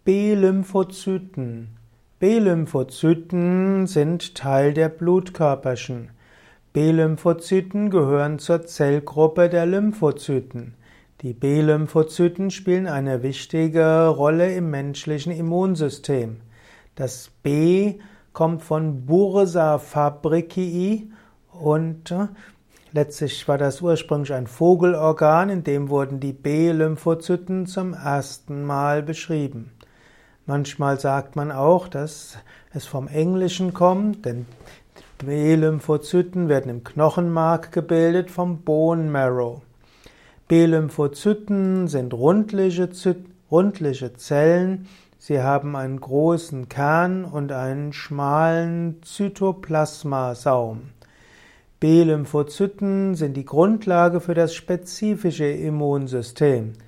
B-Lymphozyten. B-Lymphozyten sind Teil der Blutkörperchen. B-Lymphozyten gehören zur Zellgruppe der Lymphozyten. Die B-Lymphozyten spielen eine wichtige Rolle im menschlichen Immunsystem. Das B kommt von Bursa fabricii und letztlich war das ursprünglich ein Vogelorgan, in dem wurden die B-Lymphozyten zum ersten Mal beschrieben. Manchmal sagt man auch, dass es vom Englischen kommt, denn B-Lymphozyten werden im Knochenmark gebildet vom Bone Marrow. B-Lymphozyten sind rundliche Zellen. Sie haben einen großen Kern und einen schmalen Zytoplasmasaum. B-Lymphozyten sind die Grundlage für das spezifische Immunsystem.